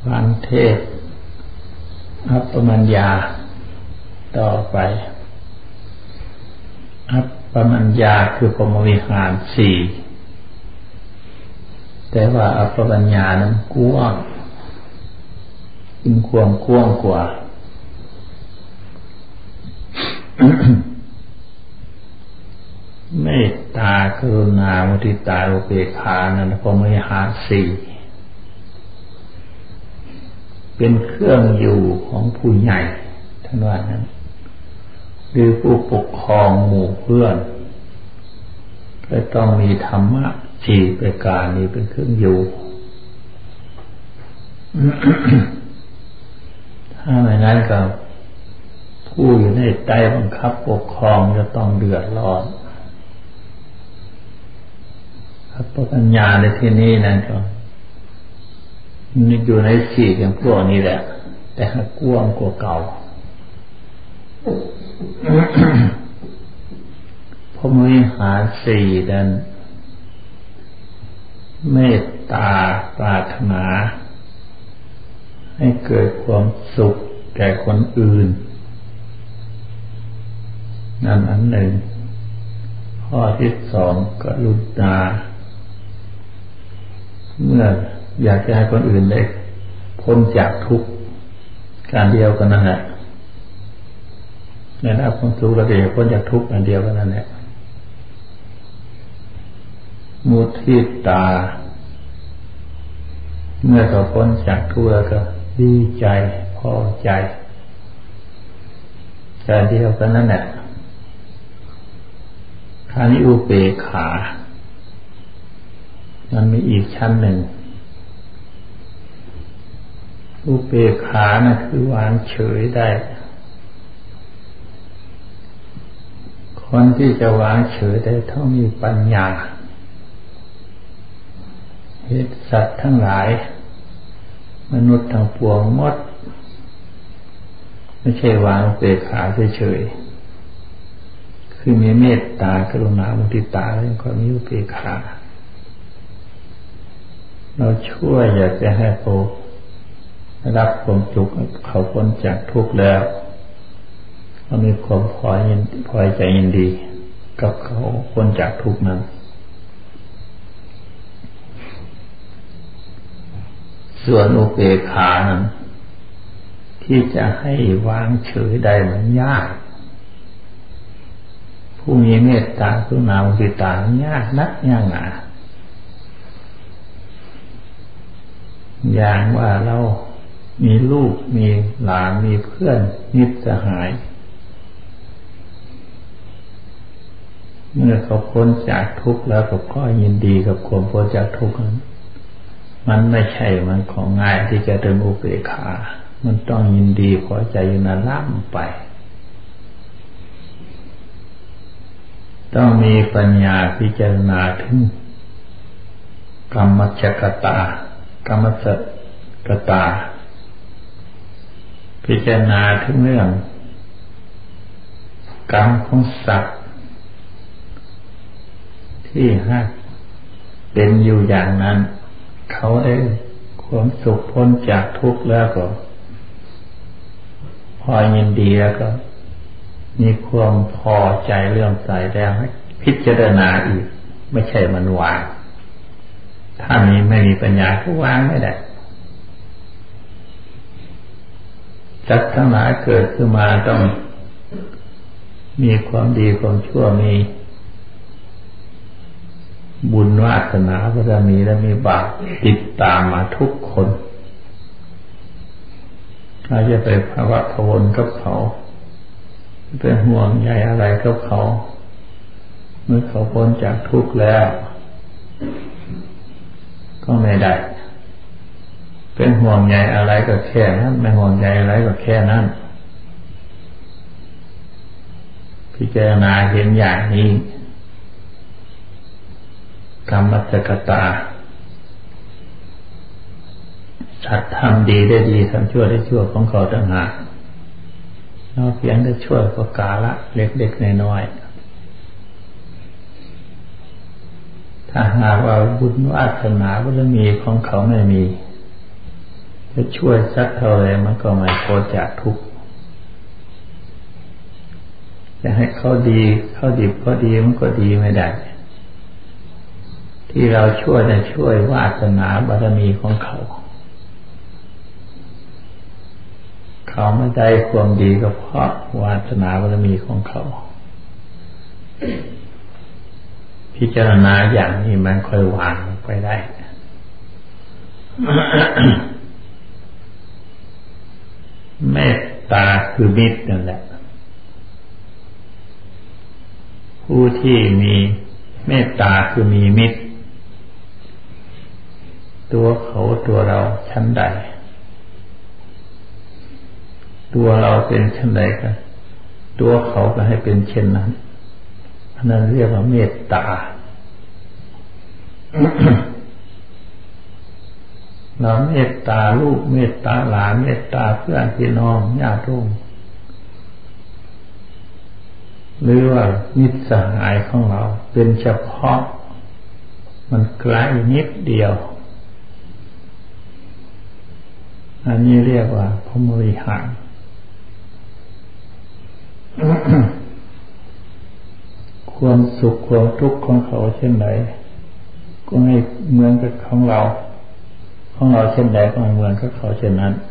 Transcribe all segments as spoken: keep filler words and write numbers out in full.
ฟังเทศน์อัปปมัญญาต่อไปอัปปมัญญาคือพรหมวิหารสี่แต่ว่าอัปปมัญญานั้นกว้างเป็นความกว้างกว่า เมตตากรุณามุทิตาอุเบกขานั้นพรหมวิหารสี่เป็นเครื่องอยู่ของผู้ใหญ่ท่านว่านั้นหรือผู้ปกครองหมู่เพื่อนก็ต้องมีธรรมะสี่ประการนี้เป็นเครื่องอยู่ ถ้าไม่นั้นก็ผู้อยู่ในใต้บังคับปกครองจะต้องเดือดร้อนอัปปมัญญาในที่นี้นั่นก็นี่อยู่ในสี่อย่างพวกนี้แหละแต่หากกว้างกว่าเก่า พรหมวิหารสี่นั้นเมตตาปรารถนาให้เกิดความสุขแก่คนอื่นนั่นอันหนึ่งข้อที่สองกรุณาเมื่ออยากจะให้คนอื่นได้พ้นจากทุกข์การเดียวกันนั่นแหละในด้านความสุขเราจะพ้นจากทุกข์อันเดียวกันนั่นแหละมุทิตาเมื่อเขาพ้นจากทุกข์แล้วก็ดีใจพอใจการเดียวกันนั่นแหละคราวนี้อุเบกขามันมีอีกชั้นหนึ่งอุเบกขานะคือวางเฉยได้คนที่จะวางเฉยได้ต้องมีปัญญาเห็นสัตว์ทั้งหลายมนุษย์ทั้งปวงหมดไม่ใช่วางอุเบกขาเฉยๆคือมีเมตตากรุณามุทิตาแล้วก็มีอุเบกขาเราช่วยอยากจะให้เขารับความสุขเขาพ้นจากทุกข์แล้วเรามีความพอยินพอใจยินดีกับเขาพ้นจากทุกข์นั้นส่วนอุเบกขานั้นที่จะให้วางเฉยได้มันยากผู้มีเมตตากรุณามุทิตายากนักยากหนาอย่างว่าเรามีลูกมีหลานมีเพื่อนมิตรสหายเมื่อเขาพ้นจากทุกข์แล้วเขาก็ยินดีกับความพ้นจากทุกข์นั้นมันไม่ใช่มันของง่ายที่จะถึงอุเบกขามันต้องยินดีพอใจอยู่นานล่ำไปต้องมีปัญญาพิจารณาถึงกรรมชกตากรรมสกตาพิจารณาถึงเรื่องกรรมของสัตว์ที่ให้เป็นอยู่อย่างนั้นเขาได้ความสุขพ้นจากทุกข์แล้วก็พอยินดีแล้วก็มีความพอใจเรื่องใจแล้วให้พิจารณาอีกไม่ใช่มันวางถ้ามีไม่มีปัญญาก็วางไม่ได้สัตว์ทั้งหลายเกิดขึ้นมาต้องมีความดีความชั่วมีบุญวาสนาบารมีและมีบาปติดตามมาทุกคนถ้าจะไปภาวะพะวนกับเขาเป็นห่วงใยอะไรกับเขาเมื่อเขาพ้นจากทุกข์แล้วก็ไม่ได้เป็นห่วงใยอะไรก็แค่นั้นไม่ห่วงใยอะไรก็แค่นั้นพิจารณาเห็นอย่างนี้กรรมสกตาสัตว์ทำดีได้ดีทำชั่วได้ชั่วของเขาต่างหากเราเพียงได้ช่วยก็กาละเล็กๆน้อยๆถ้าหากว่าบุญวาสนาบารมีของเขาไม่มีจะช่วยสักเท่าไรมันก็ไม่พ้นจากทุกข์จะให้เขาดีเขาดีเขาดีมันก็ดีไม่ได้ที่เราช่วยจะช่วยวาสนาบารมีของเขาเขาไม่ได้ความดีก็เพราะวาสนาบารมีของเขาพิจารณาอย่างนี้มันค่อยวางไปได้ เมตตาคือมิตรนั่นแหละผู้ที่มีเมตตาคือมีมิตรตัวเขาตัวเราชั้นใดตัวเราเป็นชั้นใดกันตัวเขาก็ให้เป็นเช่นนั้นอันนั้นเรียกว่าเมตตา เราเมตตาลูกเมตตาหลานเมตตาเพื่อนพี่น้องญาติโยมหรือว่ามิตรสหายของเราเป็นเฉพาะมันไกลนิดเดียวอันนี้เรียกว่าพรหมวิหาร ความสุขความทุกข์ของเขาเช่นใดก็ให้เหมือนกับของเราของเราเช่นใดก็ให้เหมือนกับเขาเช่นนั้น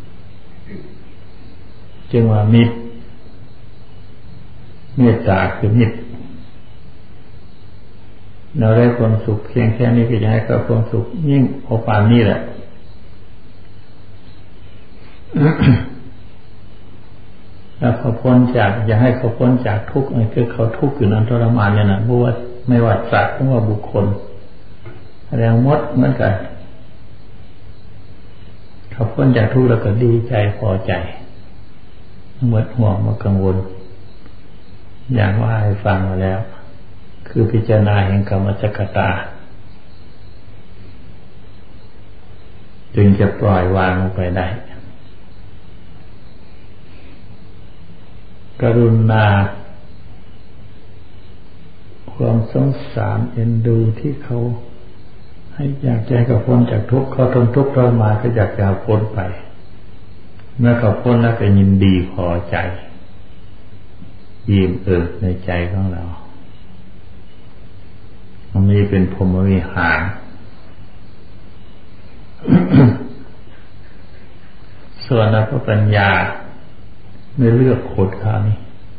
จึงว่ามิตรเมตตาคือมิตรเราได้ความสุขเพียงแค่นี้ก็จะให้กับความสุขยิ่งพอปานนี้แหละ แล้วเขาพ้นจากอย่าให้เขาพ้นจากทุกข์นี่คือเขาทุกข์อยู่นั้นทรมานเนี่ยนะเพราะว่าไม่ว่าสัตว์ไม่ว่าบุคคลแรงมดเหมือนกันเขาพ้นจากทุกข์แล้วก็ดีใจพอใจหมดห่วงหมดกังวลอย่างว่าให้ฟังมาแล้วคือพิจารณาแห่งกรรมจักตาจึงจะปล่อยวางลงไปได้กรุณาความสงสารเอ็นดูที่เขาให้อยากใจกับพ้นจากทุกข์เขาทนทุกข์ทรมานก็อยากจะพ้นไปเมื่อเขาพ้นแล้วก็ยินดีพอใจยิ้มเอิบในใจของเรามันมีเป็นพรหมวิหาร ส่วนอภิปัญญาไม่เลือกโคตรเขานี่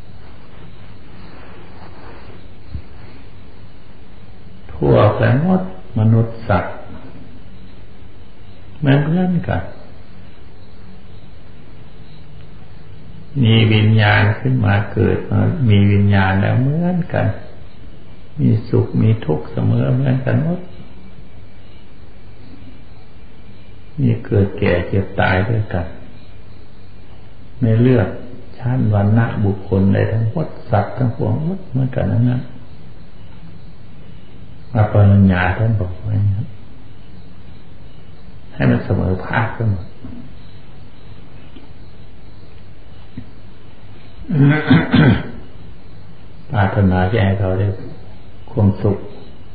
ทั่วไปหมดมนุษย์สัตว์เหมือนเพื่อนกันมีวิญญาณขึ้นมาเกิดมามีวิญญาณแล้วเหมือนกันมีสุขมีทุกข์เสมอเหมือนกันหมดมีเกิดแก่เจ็บตายด้วยกันไม่เลือกชั้นวรรณะบุคคลใดทั้งหมดสัตว์ทั้งปวงหมดเหมือนกันนั้นอภิญญาท่านบอกไว้ครับให้มันเสมอภาคกันหมด ปรารถนาจะให้เขาได้ความสุข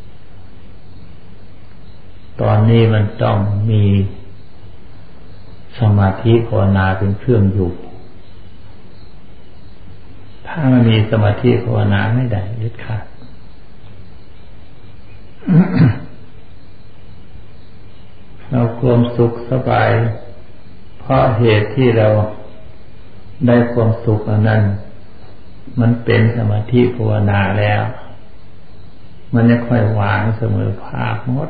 ตอนนี้มันต้องมีสมาธิภาวนาเป็นเครื่องอยู่ถ้ามันมีสมาธิภาวนาไม่ได้เด็ดขาด เราความสุขสบายเพราะเหตุที่เราได้ความสุขอันนั้นมันเป็นสมาธิภาวนาแล้วมันจะค่อยวางเสมอภาคหมด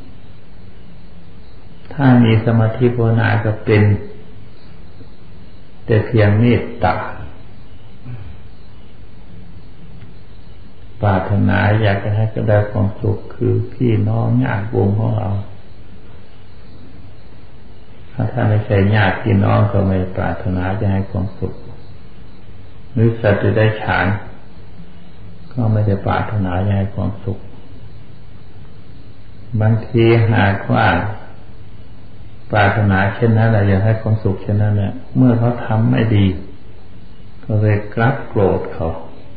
ถ้ามีสมาธิภาวนาก็เป็นแต่เพียงเมตตาปรารถนาอยากจะให้ก็ได้ความสุขคือพี่น้องญาติวงของเราถ้าไม่ใช่ญาติพี่น้องก็ไม่ปรารถนาจะให้ความสุขหรือสัตว์จะได้ฌานก็ไม่ได้ปรารถนาจะให้ความสุขบางทีหากว่าปรารถนาเช่นนั้นอยากให้ความสุขเช่นนั้นเนี่ยเมื่อเขาทำไม่ดีก็เลยกลับโกรธเขา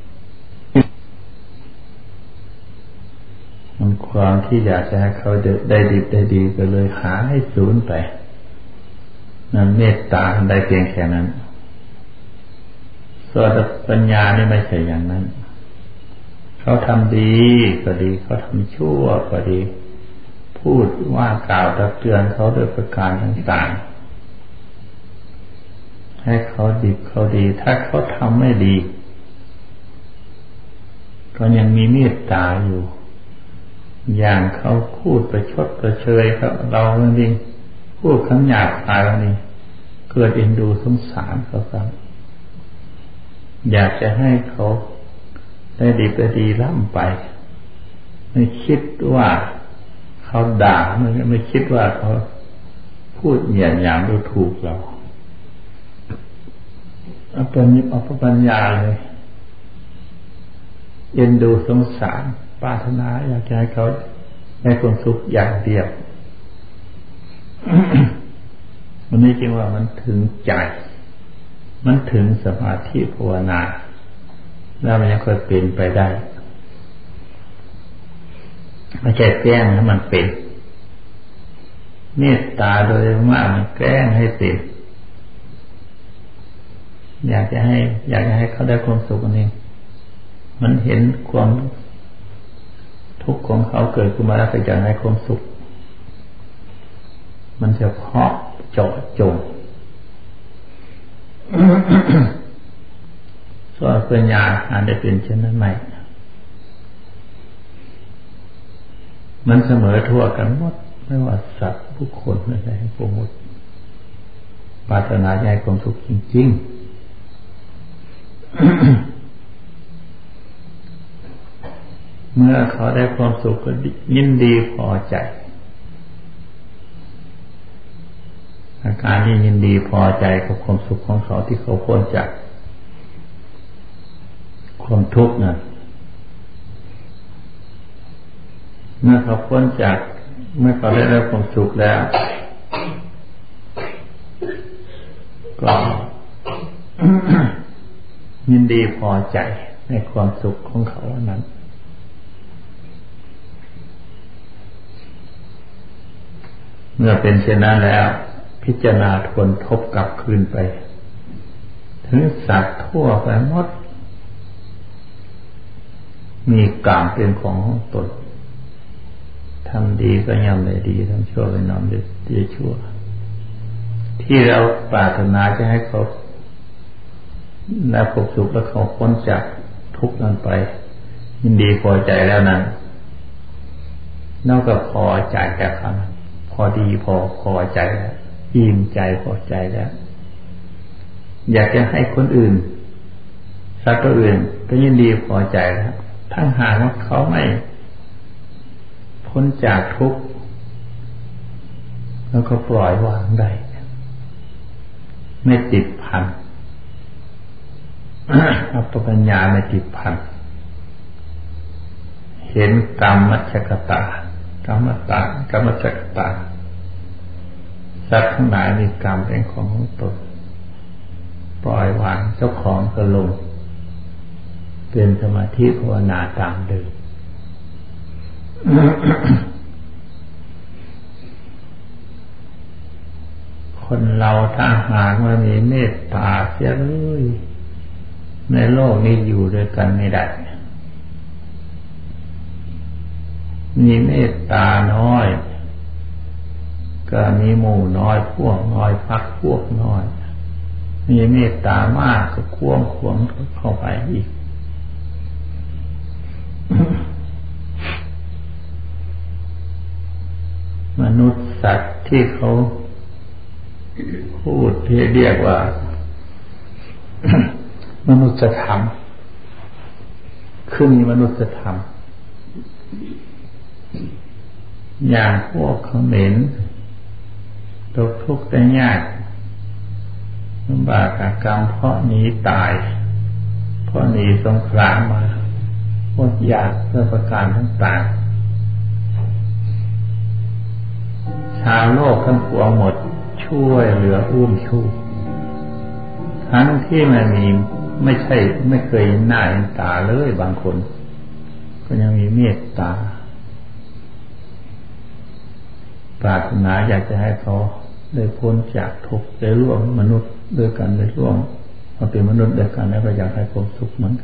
มันความที่อยากจะให้เขาได้ดีได้ดีก็เลยหาให้สูญไปนั้นเมตตาได้เพียงแค่นั้นส่วนปัญญานี่ไม่ใช่อย่างนั้นเขาทำดีก็ดีเขาทำชั่วก็ดีพูดว่ากล่าวตักเตือนเขาโดยประการต่างๆให้เขาดีเขาดีถ้าเขาทำไม่ดีก็ยังมีเมตตาอยู่อย่างเขาพูดประชดประเชยครับเราบางทีพูดคำหยาบคายบางทีเกิดเอ็นดูสงสารเขาครับอยากจะให้เขาได้ดีไปดีล่ำไปไม่คิดว่าเขาด่าไม่ไม่คิดว่าเขาพูดเหยียดหยามดูถูกเราเอาเป็นเอาปัญญาเลยเอ็นดูสงสารปรารถนาอยากให้เขาได้ความสุขอย่างเดียว วันนี้จึงว่ามันถึงใจมันถึงสมาธิภาวนาแล้วมันยังค่อยเป็นไปได้ไม่ใช่แกล้งให้มันเป็นเมตตาโดยมากมันแกล้งให้เป็นอยากจะให้อยากจะให้เขาได้ความสุขอันนี้มันเห็นความทุกข์ของเขาเกิดขึ้นมาแล้วก็อยากให้ความสุขมันเฉพาะเจาะจงส่วนปัญญาอาจจะเป็นเช่นนั้นไหมมันเสมอทั่วกันหมดไม่ว่าสัตว์ผู้คนไม่ใช่ให้ความหมดปรารถนาให้ความสุขจริงๆเมื่อเขาได้ความสุขก็ยินดีพอใจอาการที่ยินดีพอใจกับความสุขของเขาที่เขาพ้นจากความทุกข์นั้นเมื่อเขาพ้นจากเมื่อเขาได้รับความสุขแล้วก็ ยินดีพอใจในความสุขของเขานั้นเมื่อเป็นเช่นนั้นแล้วพิจารณาทวนทบกลับคืนไปถึงสัตว์ทั่วไปหมดมีกรรมเป็นของของตนทำดีก็ย่อมได้ดีทำชั่วก็ย่อมได้ชั่วที่เราปรารถนาจะให้เขาได้ความสุขและเขาพ้นจากทุกข์นั้นไปยินดีพอใจแล้วนั้นนอกจากพอใจแค่ครั้งพอดีพอพอใจแล้วอิ่มใจพอใจแล้วอยากจะให้คนอื่นสักคนอื่นก็ยินดีพอใจแล้วทั้งหากว่าเขาไม่พ้นจากทุกข์แล้วก็ปล่อยวางได้ไม่ติดพันอัปปปัญญาไม่ติดพันเห็นกรรมมัจฉกตากรรมตากรรมจักตาสัตว์ทั้งหลายมีกรรมเป็นของของตนปล่อยวางเจ้าของก็ลงเป็นสมาธิภาวนาตามเดิม คนเราถ้าหากว่ามีเมตตาเสียเลยในโลกนี้อยู่ด้วยกันไม่ได้มีเมตตาน้อยก็มีหมู่น้อยพวกน้อยพักพวกน้อยมีเมตตามากก็ควงขวงเข้าไปอีกมนุษย์สัตว์ที่เขาพูดที่เรียกว่ามนุษยธรรมคือมีมนุษยธรรมอย่างพวกเขมรตกทุกข์ได้ยากลำบากกรรมเพราะหนีตายเพราะหนีสงครามมาอดอยากเพื่อประการต่างๆชาวโลกทั้งปวงหมดช่วยเหลืออุ้มชูทั้งที่ไม่มีไม่ใช่ไม่เคยเห็นหน้าเห็นตาเลยบางคนก็ยังมีเมตตาปรารถนาอยากจะให้เขาได้พ้นจากทุกข์ได้ร่วมมนุษย์ด้วยกันได้ร่วมมาเป็นมนุษย์ด้วยกันแล้วก็อยากให้ความสุขเหมือนกัน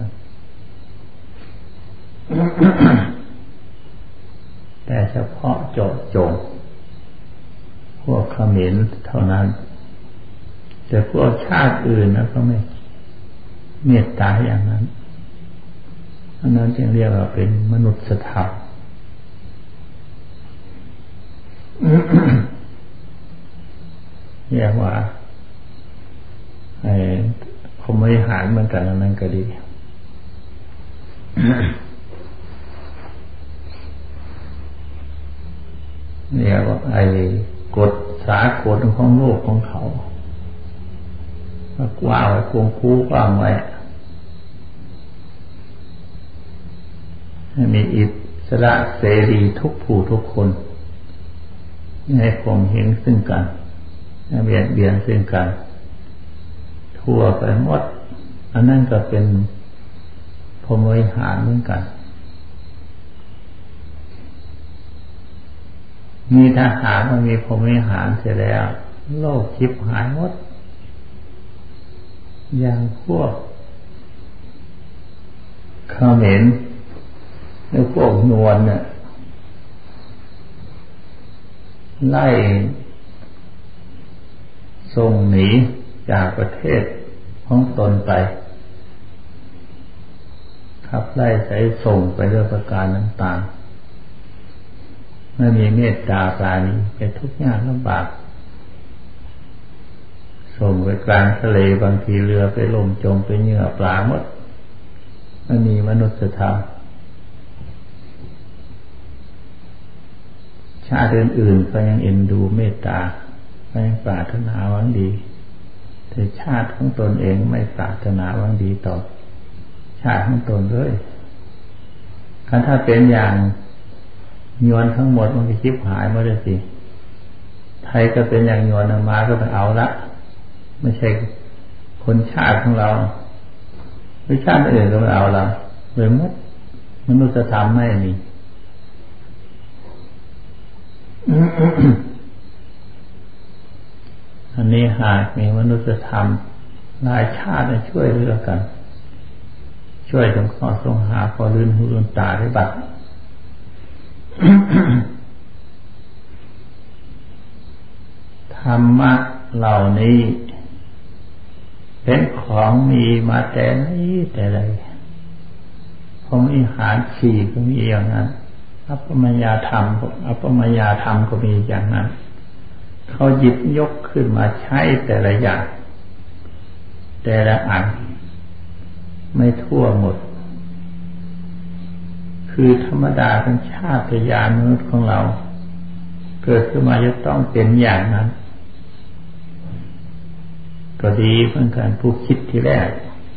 แต่เฉพาะเจาะจงพวกเขมรเท่านั้นแต่พวกชาติอื่นนะก็ไม่เมตตาอย่างนั้นอันนั้นจึงเรียกว่าเป็นมนุษยธรรม เรียกว่าไอ้พรหมวิหารเหมือนกันนั้นก็ดี เรียกว่าไอ้กฎสากลของโลกของเขากว้างไว้กวงคูกว้างไว้ให้มีอิสระเสรีทุกผู้ทุกคนให้ความเห็นซึ่งกันให้เบียดเบียนซึ่งกันทั่วไปหมดอันนั้นก็เป็นพรหมวิหารเหมือนกันมีทหารมันมีพรหมวิหารเสร็จแล้วโลกชิบหายหมดอย่างพวกเขมรหรือพวกนวลเนี่ยไล่ส่งหนีจากประเทศของตนไปขับไล่ใส่ส่งไปด้วยประการต่างๆไม่มีเมตตาปราณีเป็นทุกข์ยากลำบากส่งไปกลางทะเลบางทีเรือไปล่มจมไปเหยื่อปลาหมดไม่มีมนุษยธรรมชาติอื่นๆก็ยังเอ็นดูเมตตาก็ยังปรารถนาหวังดีแต่ชาติของตนเองไม่ปรารถนาหวังดีต่อชาติของตนเลยคันถ้าเป็นอย่างยวนทั้งหมดมันก็ชิบหายหมดเลยสิไทยก็เป็นอย่างยวนมาก็ไปเอาละไม่ใช่คนชาติของเราหรือชาติอื่นก็ไม่เอาเราเลยมดมนุษยธรรมไม่มี อันนี้หากมีมนุษยธรรมหลายชาติช่วยเหลือกันช่วยสงเคราะห์สงหาพอลื่นหูลื่นตาได้บัด ธรรมะเหล่านี้เป็นของมีมาแต่ไหนแต่ไรพรหมวิหารสี่ก็มีอย่างนั้นอัปปมัญญาธรรมอัปปมัญญาธรรมก็มีอย่างนั้นเขาหยิบยกขึ้นมาใช้แต่ละอย่างแต่ละอันไม่ทั่วหมดคือธรรมดาเป็นชาติญาณมนุษย์ของเราเกิดขึ้นมาจะต้องเป็นอย่างนั้นก็ดีเหมือนกันผู้คิดที่แรก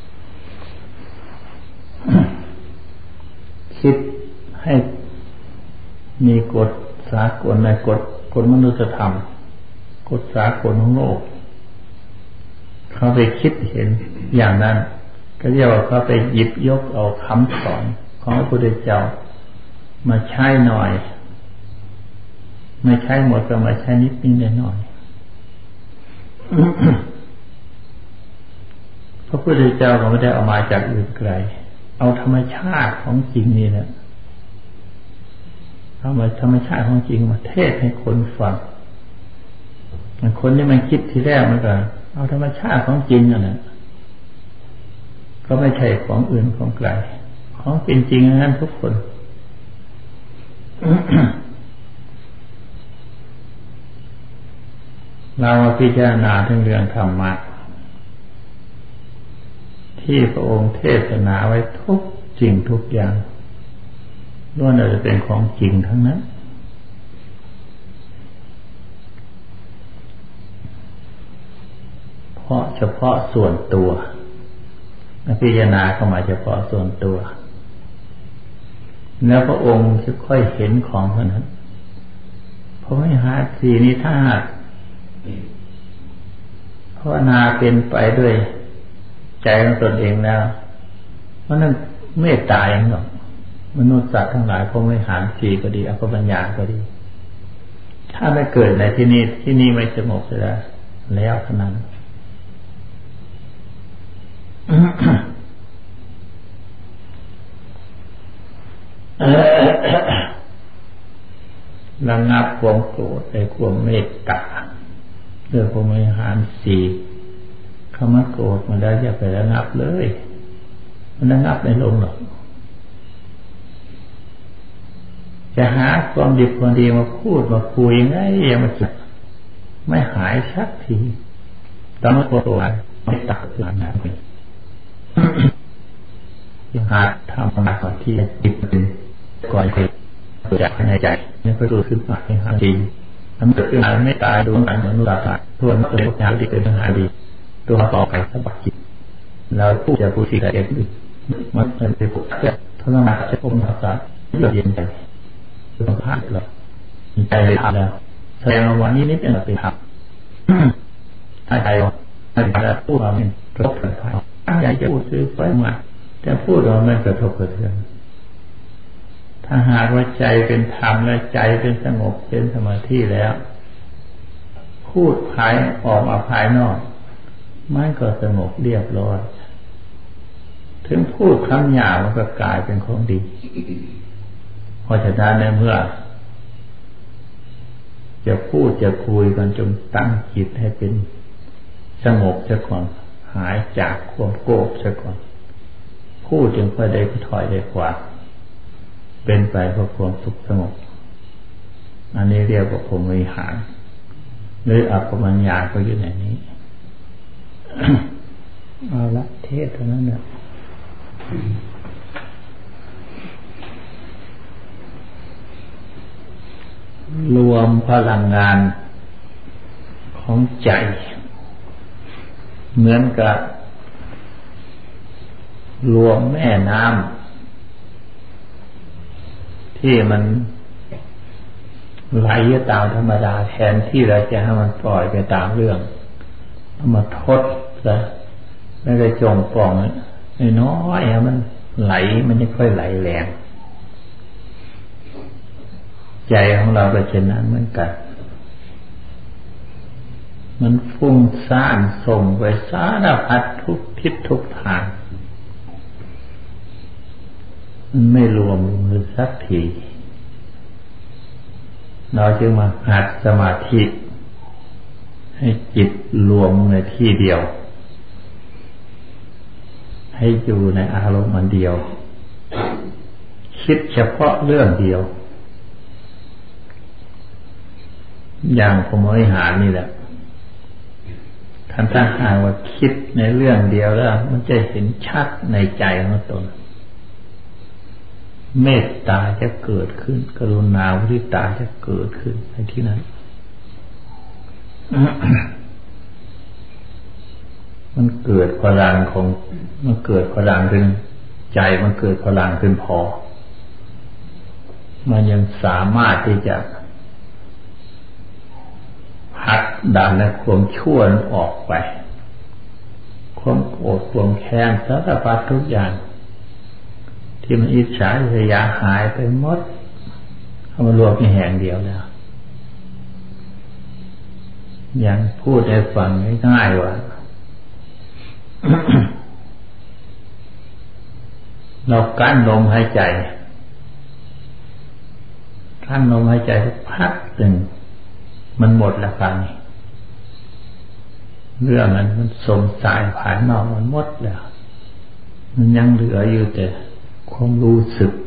คิดให้มีกฎสากลในกฎกฎมนุษยธรรมกฎสากลของโลกเขาไปคิดเห็นอย่างนั้นก็เรียกว่าเขาไปหยิบยกเอาคำสอนของพระพุทธเจ้ามาใช้หน่อยไม่ใช้หมดก็มาใช้นิดนิดหน่อย พระพุทธเจ้าก็ไม่ได้เอามาจากอื่นไกลเอาธรรมชาติของจริงนี่แหละเอามาธรรมชาติของจริงมาเทศให้คนฟังมันคนที่มันคิดทีแรกมันก็เอาธรรมชาติของจริงนั่นแหละก็ไม่ใช่ของอื่นของไกลของเป็นจริงนั้นทุกคน เรามาพิจารณาถึงเรื่องธรรมะที่พระองค์เทศนาไว้ทุกสิ่งทุกอย่างล้วนจะเป็นของจริงทั้งนั้นเพราะเฉพาะส่วนตัวพิจารณาเข้ามาเฉพาะส่วนตัวแล้วพระองค์จะค่อยเห็นของเท่านั้นเพราะไม่หาสีนี้ถ้าภาวนาเป็นไปด้วยใจของตนเองแล้วเพราะนั้นเมตตาอย่างหรอกมนุษย์สัตว์ทั้งหลายพวกไม่หารสีก็ดีอัปปมัญญาก็ดีถ้าไม่เกิดในที่นี้ที่นี่ไม่สงบแล้วแล้วเท่านั้นระงับความโกรธในความเมตตาเรื่องความวิหารสี่คำว่าโกรธมันได้อย่าไประงับเลยมันระงับไม่ลงหรอกจะหาความดีความดีมาพูดมาคุยไงยังมาคิดไม่หายสักทีต้องโกรธไม่ตักหลังนะยังหาทำมาก่อนที่จะจิตเป็นก่อนเหตุเกิดจากในใจนี่ก็ดูขึ้นมาให้หาจริงทำเกิดขึ้นมาไม่ตายดูการเหมือนนุราตาทวนตัวพวกนี้ดีเป็นปัญหาดีตัวต่อไปสบักจิตแล้วผู้จะผู้ที่ละเอียดลึกมันเป็นไปผูกเพื่อทรมานจะพบภาษาเยือกเย็นใจต้องพลาดแล้วใจเลยทำแล้วแสดงว่าวันนี้นี่เป็นอะไรไปทำถ้าใจว่าถ้าจะพูดมาเป็นกระทบกระเทือนถ้าอยากจะพูดซื้อไปมาแต่พูดเราไม่กระทบกระเทือนถ้าหากว่าใจเป็นธรรมและใจเป็นสงบเป็นสมาธิแล้วพูดภายออกมาภายนอกมันก็สงบเรียบร้อยถึงพูดคำหยาบมันก็กลายเป็นของดีเพราะฉะนั้นในเมื่อจะพูดจะคุยกันจงตั้งจิตให้เป็นสงบซะก่อนหายจากความโกรธซะก่อนพูดจึงค่อยได้ถอยได้กว่าเป็นไปเพื่อความสุขสงบอันนี้เรียกว่าพรหมวิหารหรืออัปปมัญญาก็อยู่ในนี้ เอาละเทศเท่านั้นเนี่ยรวมพลังงานของใจเหมือนกับรวมแม่น้ำที่มันไหลตามธรรมดาแทนที่เราจะให้มันปล่อยไปตามเรื่องเอามาทดซะไม่ได้จงปล่องน้อยๆมันไหลมันไม่ค่อยไหลแรงใจของเราก็เช่นนั้นเหมือนกันมันฟุ้งซ่านส่งไปสารพัดทุกทิศทุกทางมันไม่รวมมือสักทีเราจึงมาหัดสมาธิให้จิตรวมในที่เดียวให้อยู่ในอารมณ์อันเดียวคิดเฉพาะเรื่องเดียวอย่างพรหมวิหารนี่แหละท่านถ้าหากว่าคิดในเรื่องเดียวแล้วมันจะเห็นชัดในใจของตนเมตตาจะเกิดขึ้นกรุณามุทิตาจะเกิดขึ้นในที่นั้น มันเกิดพลังของมันเกิดพลังขึ้นใจมันเกิดพลังขึ้นพอมันยังสามารถที่จะหักดันและความชั่วออกไปความโกรธความแค้นสารพัดทุกอย่างที่มันอิจฉาริษยาหายไปหมดเอามารวมในแห่งเดียวแล้วอย่างพูดให้ฟังง่ายๆว่า เรากั้นลมหายใจกั้นลมหายใจสักพักหนึ่งมันหมดแล้วครับเรื่องนั้นมันสมสายภายนอกมันหมดแล้วมันยังเหลืออยู่แต่ความรู้สึก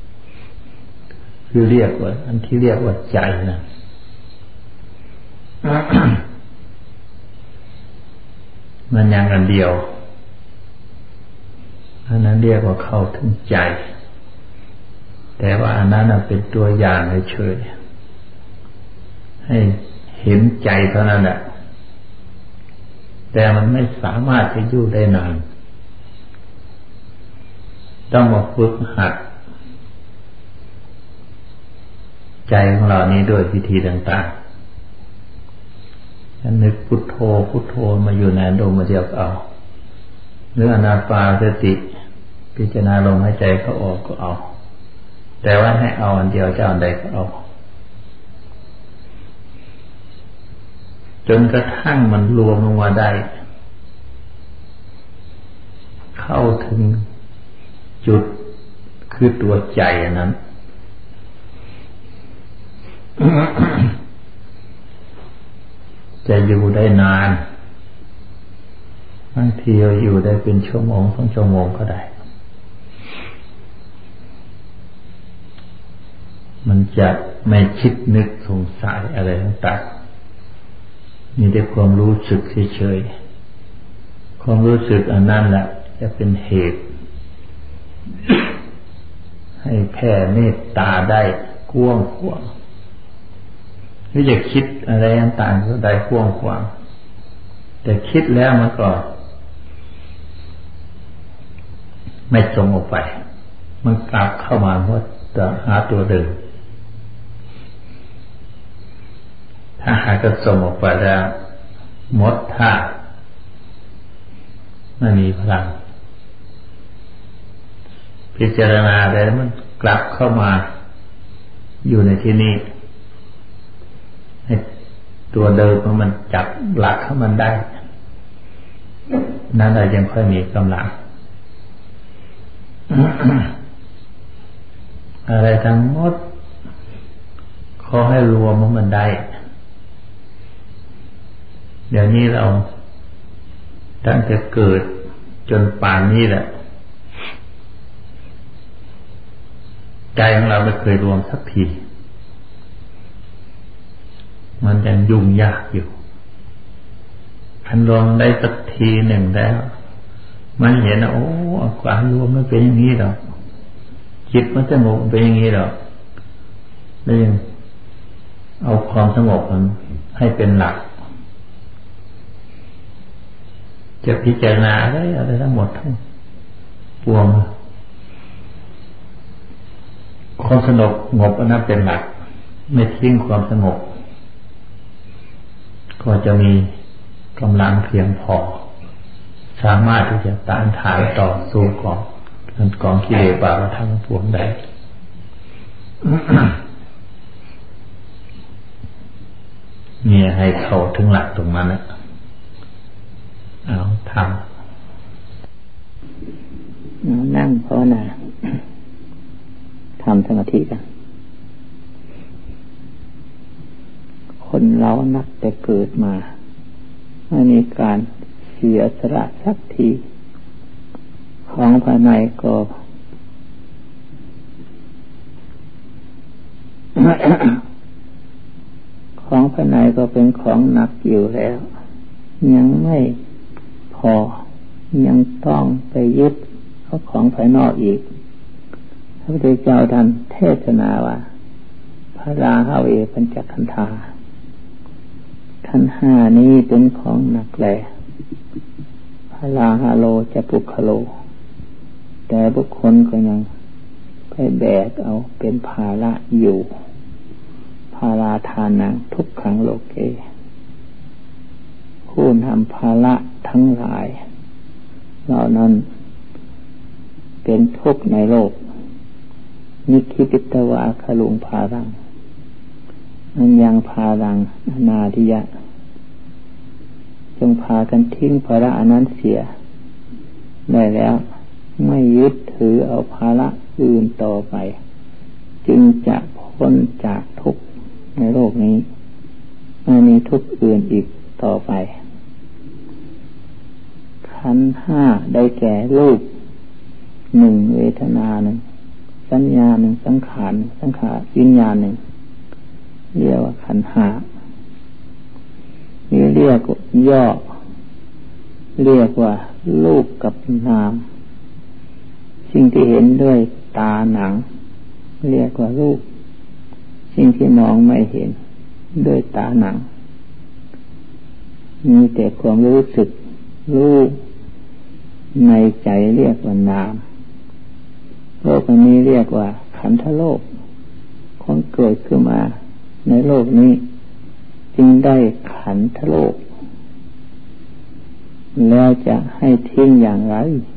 คือเรียกว่าอันที่เรียกว่าใจนะ มันยังอันเดียวอันนั้นเรียกว่าเข้าถึงใจแต่ว่าอันนั้นเป็นตัวอย่างเฉยๆให้เห็นใจเท่านั้นแหละแต่มันไม่สามารถจะอยู่ได้นานต้องมาฝึกหัดใจของเรานี้ด้วยวิธีต่างๆนึกพุทโธพุทโธมาอยู่ในอารมณ์เดียวเอาหรืออนาปานสติพิจารณาลมหายใจเข้าออกก็เอาแต่ว่าให้เอาอันเดียวจะเอาใดก็เอาจนกระทั่งมันรวมลงมาได้เข้าถึงจุดคือตัวใจนั้น จะอยู่ได้นานบางทีเราอยู่ได้เป็นชั่วโมงสองชั่วโมงก็ได้มันจะไม่คิดนึกสงสัยอะไรต่างๆมีแต่ความรู้สึกเฉยๆความรู้สึกอันนั้นแหละจะเป็นเหตุให้แผ่เมตตาได้กว้างขวางหรือจะคิดอะไรต่างๆก็ได้กว้างขวางแต่คิดแล้วมันก็ไม่ส่งออกไปมันกลับเข้ามาเพราะจะหาตัวเดิมถ้าหากจะส่งออกไปแล้วหมดท่าไม่มีพลังพิจารณาแล้วมันกลับเข้ามาอยู่ในที่นี้ให้ตัวเดิมมันจับหลักของมันได้นั่นแหละยังค่อยมีกำลัง อะไรทั้งหมดขอให้รวมมันได้เดี๋ยวนี้เราตั้งแต่เกิดจนป่านนี้แหละใจของเราไม่เคยรวมสักทีมันยังยุ่งยากอยู่คันรวมได้สักทีหนึ่งแล้วมันเห็นนะโอ้ความรวมมันเป็นอย่างนี้หรอกจิตมันสงบเป็นอย่างนี้หรอกแล้วยังเอาความสงบมันให้เป็นหลักจะพิจารณาอะไรอะไรทั้งหมดทั้งปวงความสงบงบอันนั้นเป็นหลักไม่ทิ้งความสงบก็จะมีกำลังเพียงพอสามารถที่จะต้านทานต่อสู้กองกองกิเลสบาปทั้งปวงได้ เนี่ยให้เข้าถึงหลักตรงนั้นนะเอาทำนั่งภาวนาทำสมาธิกันคนเรานักแต่เกิดมาไม่มีการเสียสละสักทีของภายในก็ ของภายในก็เป็นของหนักอยู่แล้วยังไม่พอยังต้องไปยึดเอาของภายนอกอีกพระพุทธเจ้าท่านเทศนาว่าพระราหะเวปัญจขันธาขันธ์ห้านี้เป็นของหนักแหละพระราหะโลจะปุคโลแต่บุคคลก็ยังไปแบกเอาเป็นภาระอยู่ภาราทานังทุกขังโลเกผู้นำภาระทั้งหลายเหล่านั้นเป็นทุกข์ในโลกนิคิปิตวะขลุงภารังอันยังภารังอนาทิยะจงพากันทิ้งภาระอันนั้นเสียได้แล้วไม่ยึดถือเอาภาระอื่นต่อไปจึงจะพ้นจากทุกข์ในโลกนี้ไม่มีทุกข์อื่นอีกต่อไปขันธ์ห้าได้แก่รูปหนึ่งเวทนาหนึ่งสัญญาหนึ่งสังขารสังขารวิญญาณหนึ่งเรียกว่าขันธ์ห้านี่เรียกย่อเรียกว่ารูปกับนามสิ่งที่เห็นด้วยตาหนังเรียกว่ารูปสิ่งที่มองไม่เห็นด้วยตาหนังมีแต่ความรู้สึกรู้ในใจเรียกว่านามโลกนี้เรียกว่าขันธโลกของเกิดขึ้นมาในโลกนี้จึงได้ขันธโลกแล้วจะให้ทิ้งอย่างไร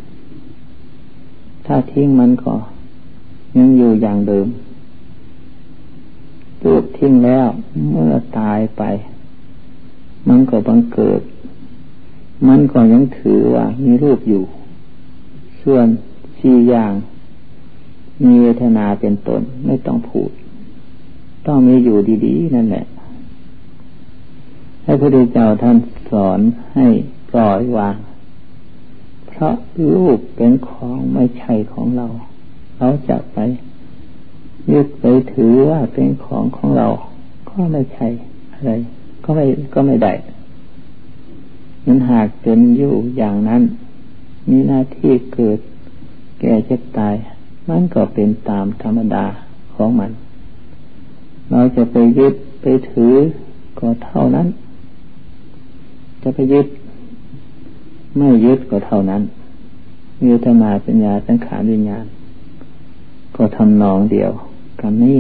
ถ้าทิ้งมันก็ยังอยู่อย่างเดิมรูปทิ้งแล้วเมื่อตายไปมันก็บังเกิดมันก็ยังถือว่ามีรูปอยู่ส่วนสี่อย่างมีเวทนาเป็นต้นไม่ต้องพูดต้องมีอยู่ดีๆนั่นแหละพระพุทธเจ้าท่านสอนให้ปล่อยวางเพราะรูปเป็นของไม่ใช่ของเราเราจะไปยึดไปถือว่าเป็นของของเราก็ไม่ใช่อะไรก็ไม่ก็ไม่ได้มันหากเป็นอยู่อย่างนั้นมีหน้าที่เกิดแก่เจ็บตายมันก็เป็นตามธรรมดาของมันเราจะไปยึดไปถือก็เท่านั้นจะไปยึดไม่ยึดก็เท่านั้นเวทนาสัญญาสังขารวิญญาณก็ทำนองเดียวกันนี้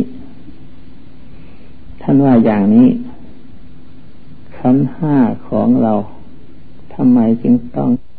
ท่านว่าอย่างนี้ขันธ์ห้าของเราทำไมจึงต้อง